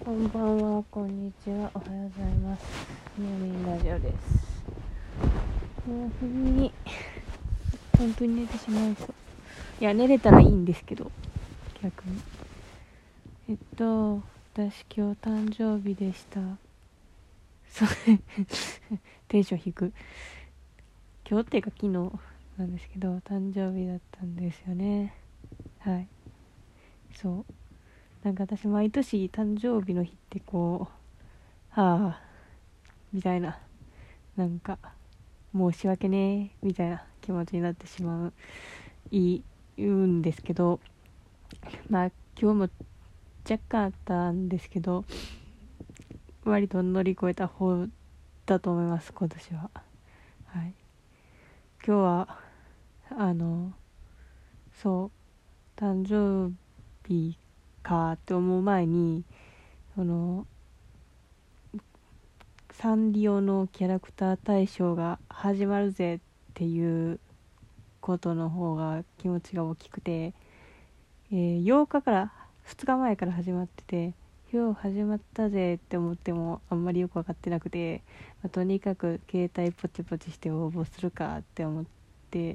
こんばんは、こんにちは、おはようございます。ムーミンラジオです。もう不意に本当に寝てしまいそう。いや、寝れたらいいんですけど、逆に。私今日誕生日でした。そうテンション低く。今日っていうか昨日なんですけど、誕生日だったんですよね。はい。そう。なんか私毎年誕生日の日ってこう、はぁ、みたいな、なんか、申し訳ねえみたいな気持ちになってしまう言うんですけど、まあ今日も若干あったんですけど、割と乗り越えた方だと思います、今年は。はい。今日は誕生日かって思う前に、そのサンリオのキャラクター大賞が始まるぜっていうことの方が気持ちが大きくて、8日から2日前から始まってて、今日始まったぜって思ってもあんまりよく分かってなくて、とにかく携帯ポチポチして応募するかって思って、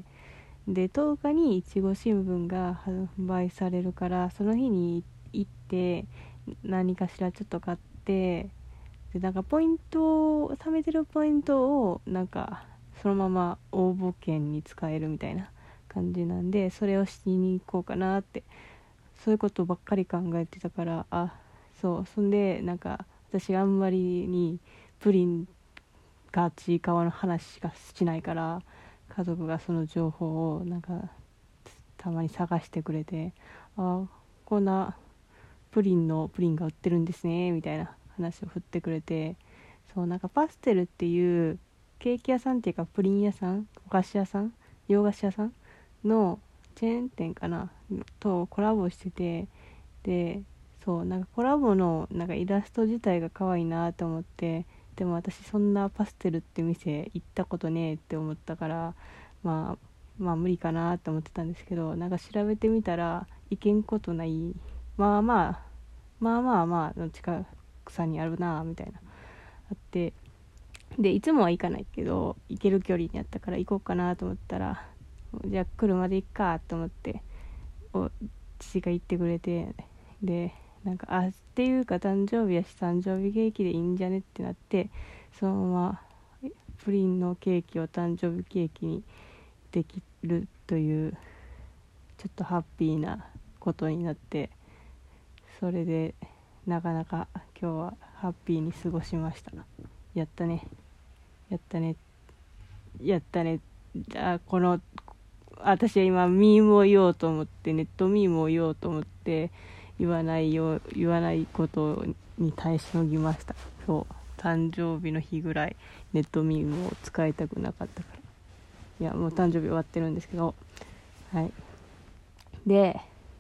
で10日にいちご新聞が販売されるから、その日に行って何かしらちょっと買って、でなんかポイントを貯めてるポイントをなんかそのまま応募券に使えるみたいな感じなんで、それをしに行こうかなって、そういうことばっかり考えてたから、そんでなんか私あんまりにプリンかちいかわの話しかしないから、家族がその情報をなんかたまに探してくれて、こんなプリンが売ってるんですねみたいな話を振ってくれて、そうなんかパステルっていうケーキ屋さんっていうかプリン屋さん、お菓子屋さん、洋菓子屋さんのチェーン店かなとコラボしてて、でそうなんかコラボのなんかイラスト自体が可愛いなと思って、でも私そんなパステルって店行ったことねえって思ったから、まあ無理かなと思ってたんですけど、なんか調べてみたら行けんことない、まあまあの近さにあるなみたいなあって、でいつもは行かないけど行ける距離にあったから行こうかなと思ったら、じゃあ車で行っかと思って父が言ってくれて、でなんかっていうか誕生日やし誕生日ケーキでいいんじゃねってなって、そのままプリンのケーキを誕生日ケーキにできるというちょっとハッピーなことになって、それでなかなか今日はハッピーに過ごしました。やったねやったねやったね。この私は今ミームを言おうと思って、ネットミームを言おうと思って言わないことに耐えしのぎました。そう誕生日の日ぐらいネットミームを使いたくなかったから。いやもう誕生日終わってるんですけど、はい。で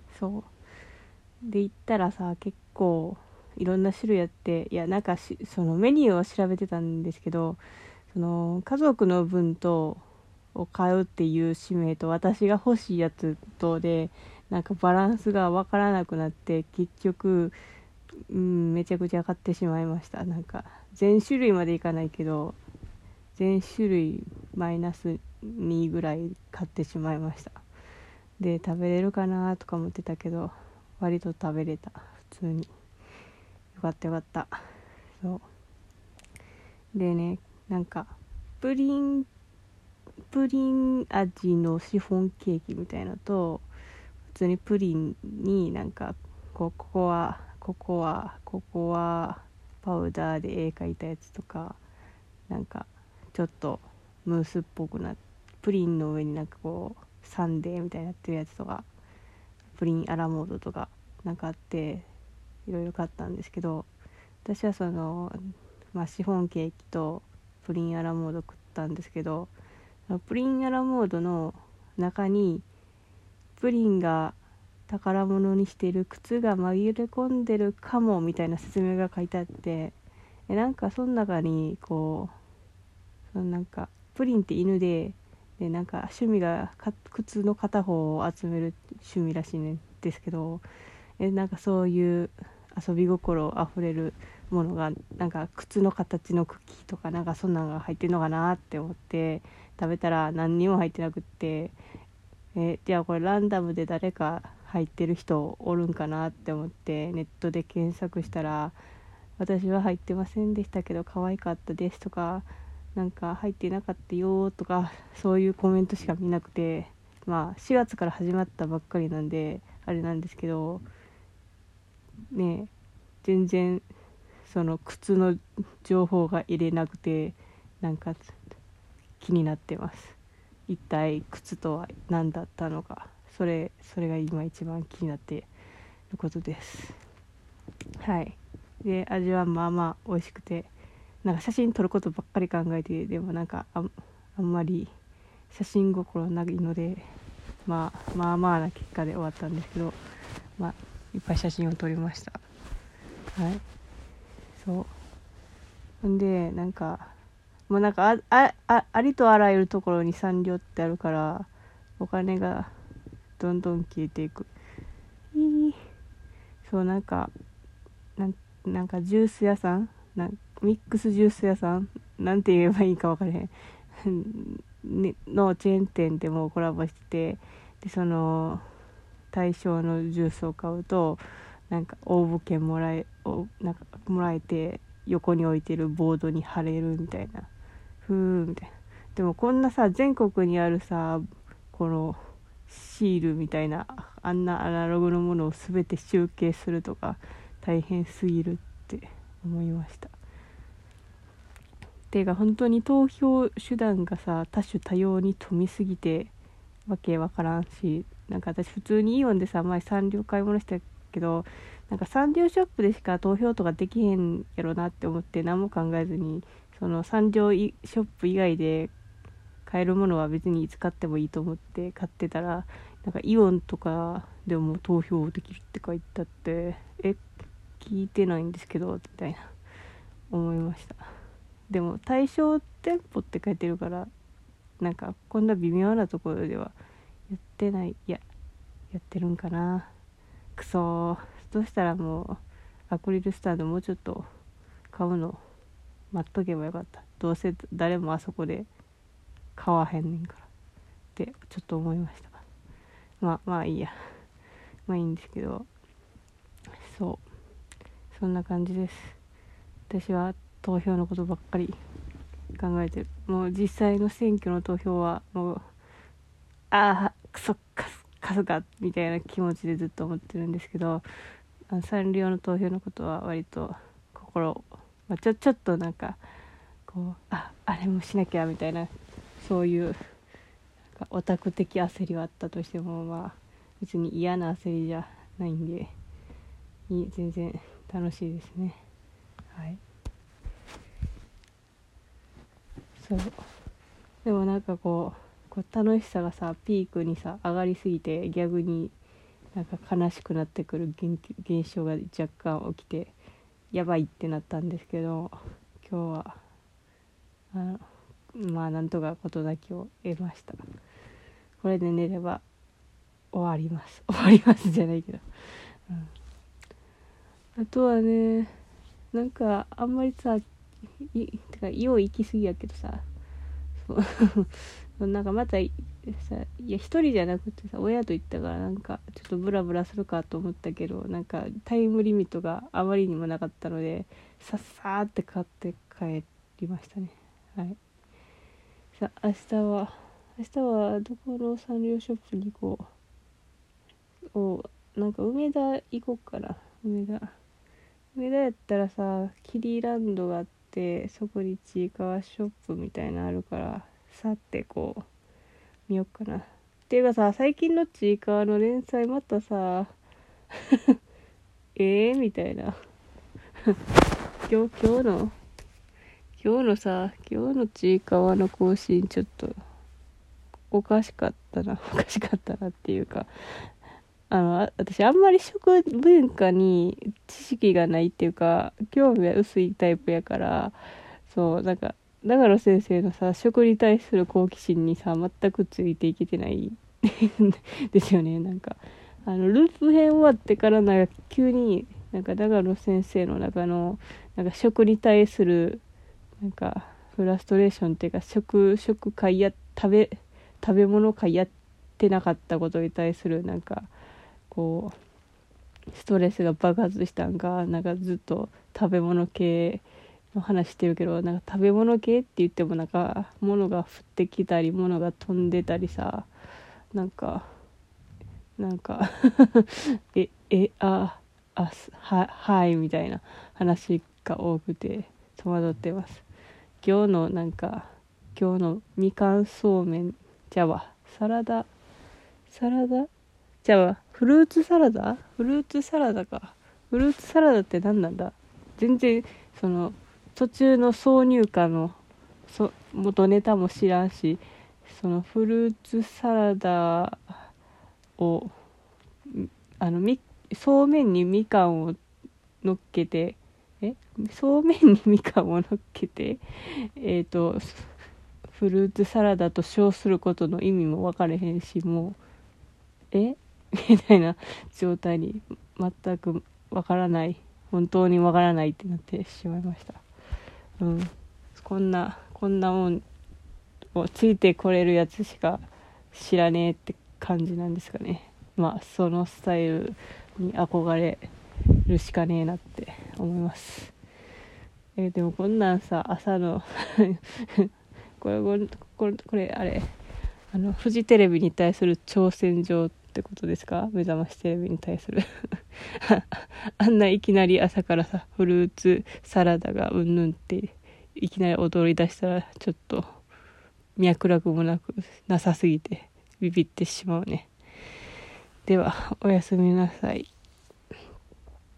言ったらさ、結構いろんな種類あって、いやなんかそのメニューを調べてたんですけど、その家族の分を買うっていう使命と私が欲しいやつとでなんかバランスが分からなくなって、結局、めちゃくちゃ買ってしまいました。なんか全種類までいかないけど全種類マイナス2ぐらい買ってしまいました。で食べれるかなとか思ってたけど、割と食べれた、普通に。よかったよかった。そうでね、なんかプリン味のシフォンケーキみたいなのと、普通にプリンになんかココアパウダーで絵描いたやつとか、なんかちょっとムースっぽくなってプリンの上になんかこうサンデーみたいになってるやつとか、プリンアラモードとかなんかあって、いろいろ買ったんですけど、私はシフォンケーキとプリンアラモード食ったんですけど、プリンアラモードの中にプリンが宝物にしている靴が紛れ込んでるかもみたいな説明が書いてあって、なんかその中にこうなんかプリンって犬でなんか趣味が靴の片方を集める趣味らしいんですけど、なんかそういう遊び心あふれるものがなんか靴の形のクッキーとかなんかそんなのが入ってるのかなって思って食べたら何にも入ってなくって、じゃあこれランダムで誰か入ってる人おるんかなって思ってネットで検索したら、私は入ってませんでしたけど可愛かったですとか、なんか入ってなかったよとか、そういうコメントしか見なくて、まあ4月から始まったばっかりなんであれなんですけどね、全然その靴の情報が入れなくて、なんか気になってます。一体靴とは何だったのか、それが今一番気になっていることです。はい。で味はまあまあ美味しくて、なんか写真撮ることばっかり考えて、でもなんかあんまり写真心ないので、まあな結果で終わったんですけど、まあいっぱい写真を撮りました。はい。そうほんでなんかもうなんかありとあらゆるところにサンリオってあるから、お金がどんどん消えていく。そうなんかジュース屋さん、ミックスジュース屋さんなんて言えばいいか分からへんのチェーン店でもコラボしてて、でその対象のジュースを買うとなんか応募券もらえて、横に置いてるボードに貼れるみたいな、みたいな。でもこんなさ全国にあるさこのシールみたいなあんなアナログのものを全て集計するとか大変すぎるって思いました。ていうか本当に投票手段がさ多種多様に富みすぎてわけわからんし、なんか私普通にイオンでさ前サンリオ買い物したけど、なんかサンリオショップでしか投票とかできへんやろなって思って何も考えずに、そのサンリオショップ以外で買えるものは別にいつ買ってもいいと思って買ってたら、なんかイオンとかでも投票できるって書いてあって、聞いてないんですけどみたいな思いました。でも対象店舗って書いてるから、なんかこんな微妙なところではやってない、やってるんかな。くそー、そしたらもうアクリルスタンドもうちょっと買うの待っとけばよかった。どうせ誰もあそこで買わへんねんからってちょっと思いました。まあいいや、まあいいんですけど、そんな感じです。私は投票のことばっかり考えてる。もう実際の選挙の投票はもうクソカスかみたいな気持ちでずっと思ってるんですけど、サンリオの投票のことは割とちょっとなんかこうあれもしなきゃみたいな、そういうオタク的焦りはあったとしても、まあ別に嫌な焦りじゃないんで全然楽しいですね。はい。そうでもなんかこう楽しさがさピークにさ上がりすぎて逆になんか悲しくなってくる現象が若干起きてやばいってなったんですけど、今日はまあなんとか事なきを得ました。これで寝れば終わりますじゃないけど、あとはね、なんかあんまりさてかよう行き過ぎやけどさ、そうなんかまたさ一人じゃなくてさ親と行ったからなんかちょっとブラブラするかと思ったけど、なんかタイムリミットがあまりにもなかったのでさっさーって買って帰りましたね。はい。さあ明日はどこのサンリオショップに行こう。なんか梅田行こうかな。梅田やったらさキリランドがあって、そこにちいかわショップみたいなのあるからさってこう見よっかな。っていうかさ、最近のちいかわの連載またさみたいな今日のちいかわの更新ちょっとおかしかったなっていうか、私あんまり食文化に知識がないっていうか興味は薄いタイプやから、そうなんか長野先生のさ食に対する好奇心にさ全くついていけてないですよね。なんかループ編終わってからなんか急になんか長野先生の中のなんか食に対するなんかフラストレーションっていうか食会や食べ物会やってなかったことに対するなんかこうストレスが爆発したんか、なんかずっと食べ物系の話してるけど、なんか食べ物系って言ってもなんか物が降ってきたり物が飛んでたりさ、なんかはいみたいな話が多くて戸惑ってます。今日のみかんそうめんじゃわサラダじゃあフルーツサラダか。フルーツサラダって何なんだ。全然その途中の挿入歌の元ネタも知らんし、そのフルーツサラダをそうめんにみかんを乗っけてそうめんにみかんを乗っけてフルーツサラダと称することの意味も分かれへんし、もうみたいな状態に全く分からない、本当に分からないってなってしまいました。こんなもんをついてこれるやつしか知らねえって感じなんですかね。まあそのスタイルに憧れるしかねえなって思います。でもこんなんさ、朝のこれあれフジテレビに対する挑戦状ってことですか？目覚ましテレビに対するあんないきなり朝からさフルーツサラダがうんぬんっていきなり踊り出したらちょっと脈絡もなさすぎてビビってしまうね。ではおやすみなさい。